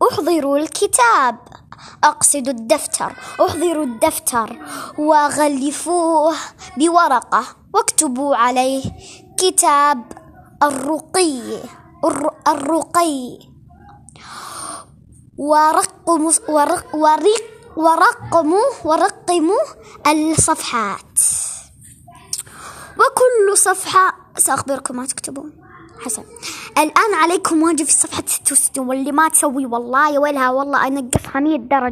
احضروا الكتاب، أقصد الدفتر. احضروا الدفتر وغلفوه بورقة واكتبوا عليه كتاب الرقي ورقموا الصفحات، وكل صفحة سأخبركم ما تكتبون. حسن، الآن عليكم واجب في صفحة 66، واللي ما تسوي والله يا ويلها والله أنقصها 100 درجة.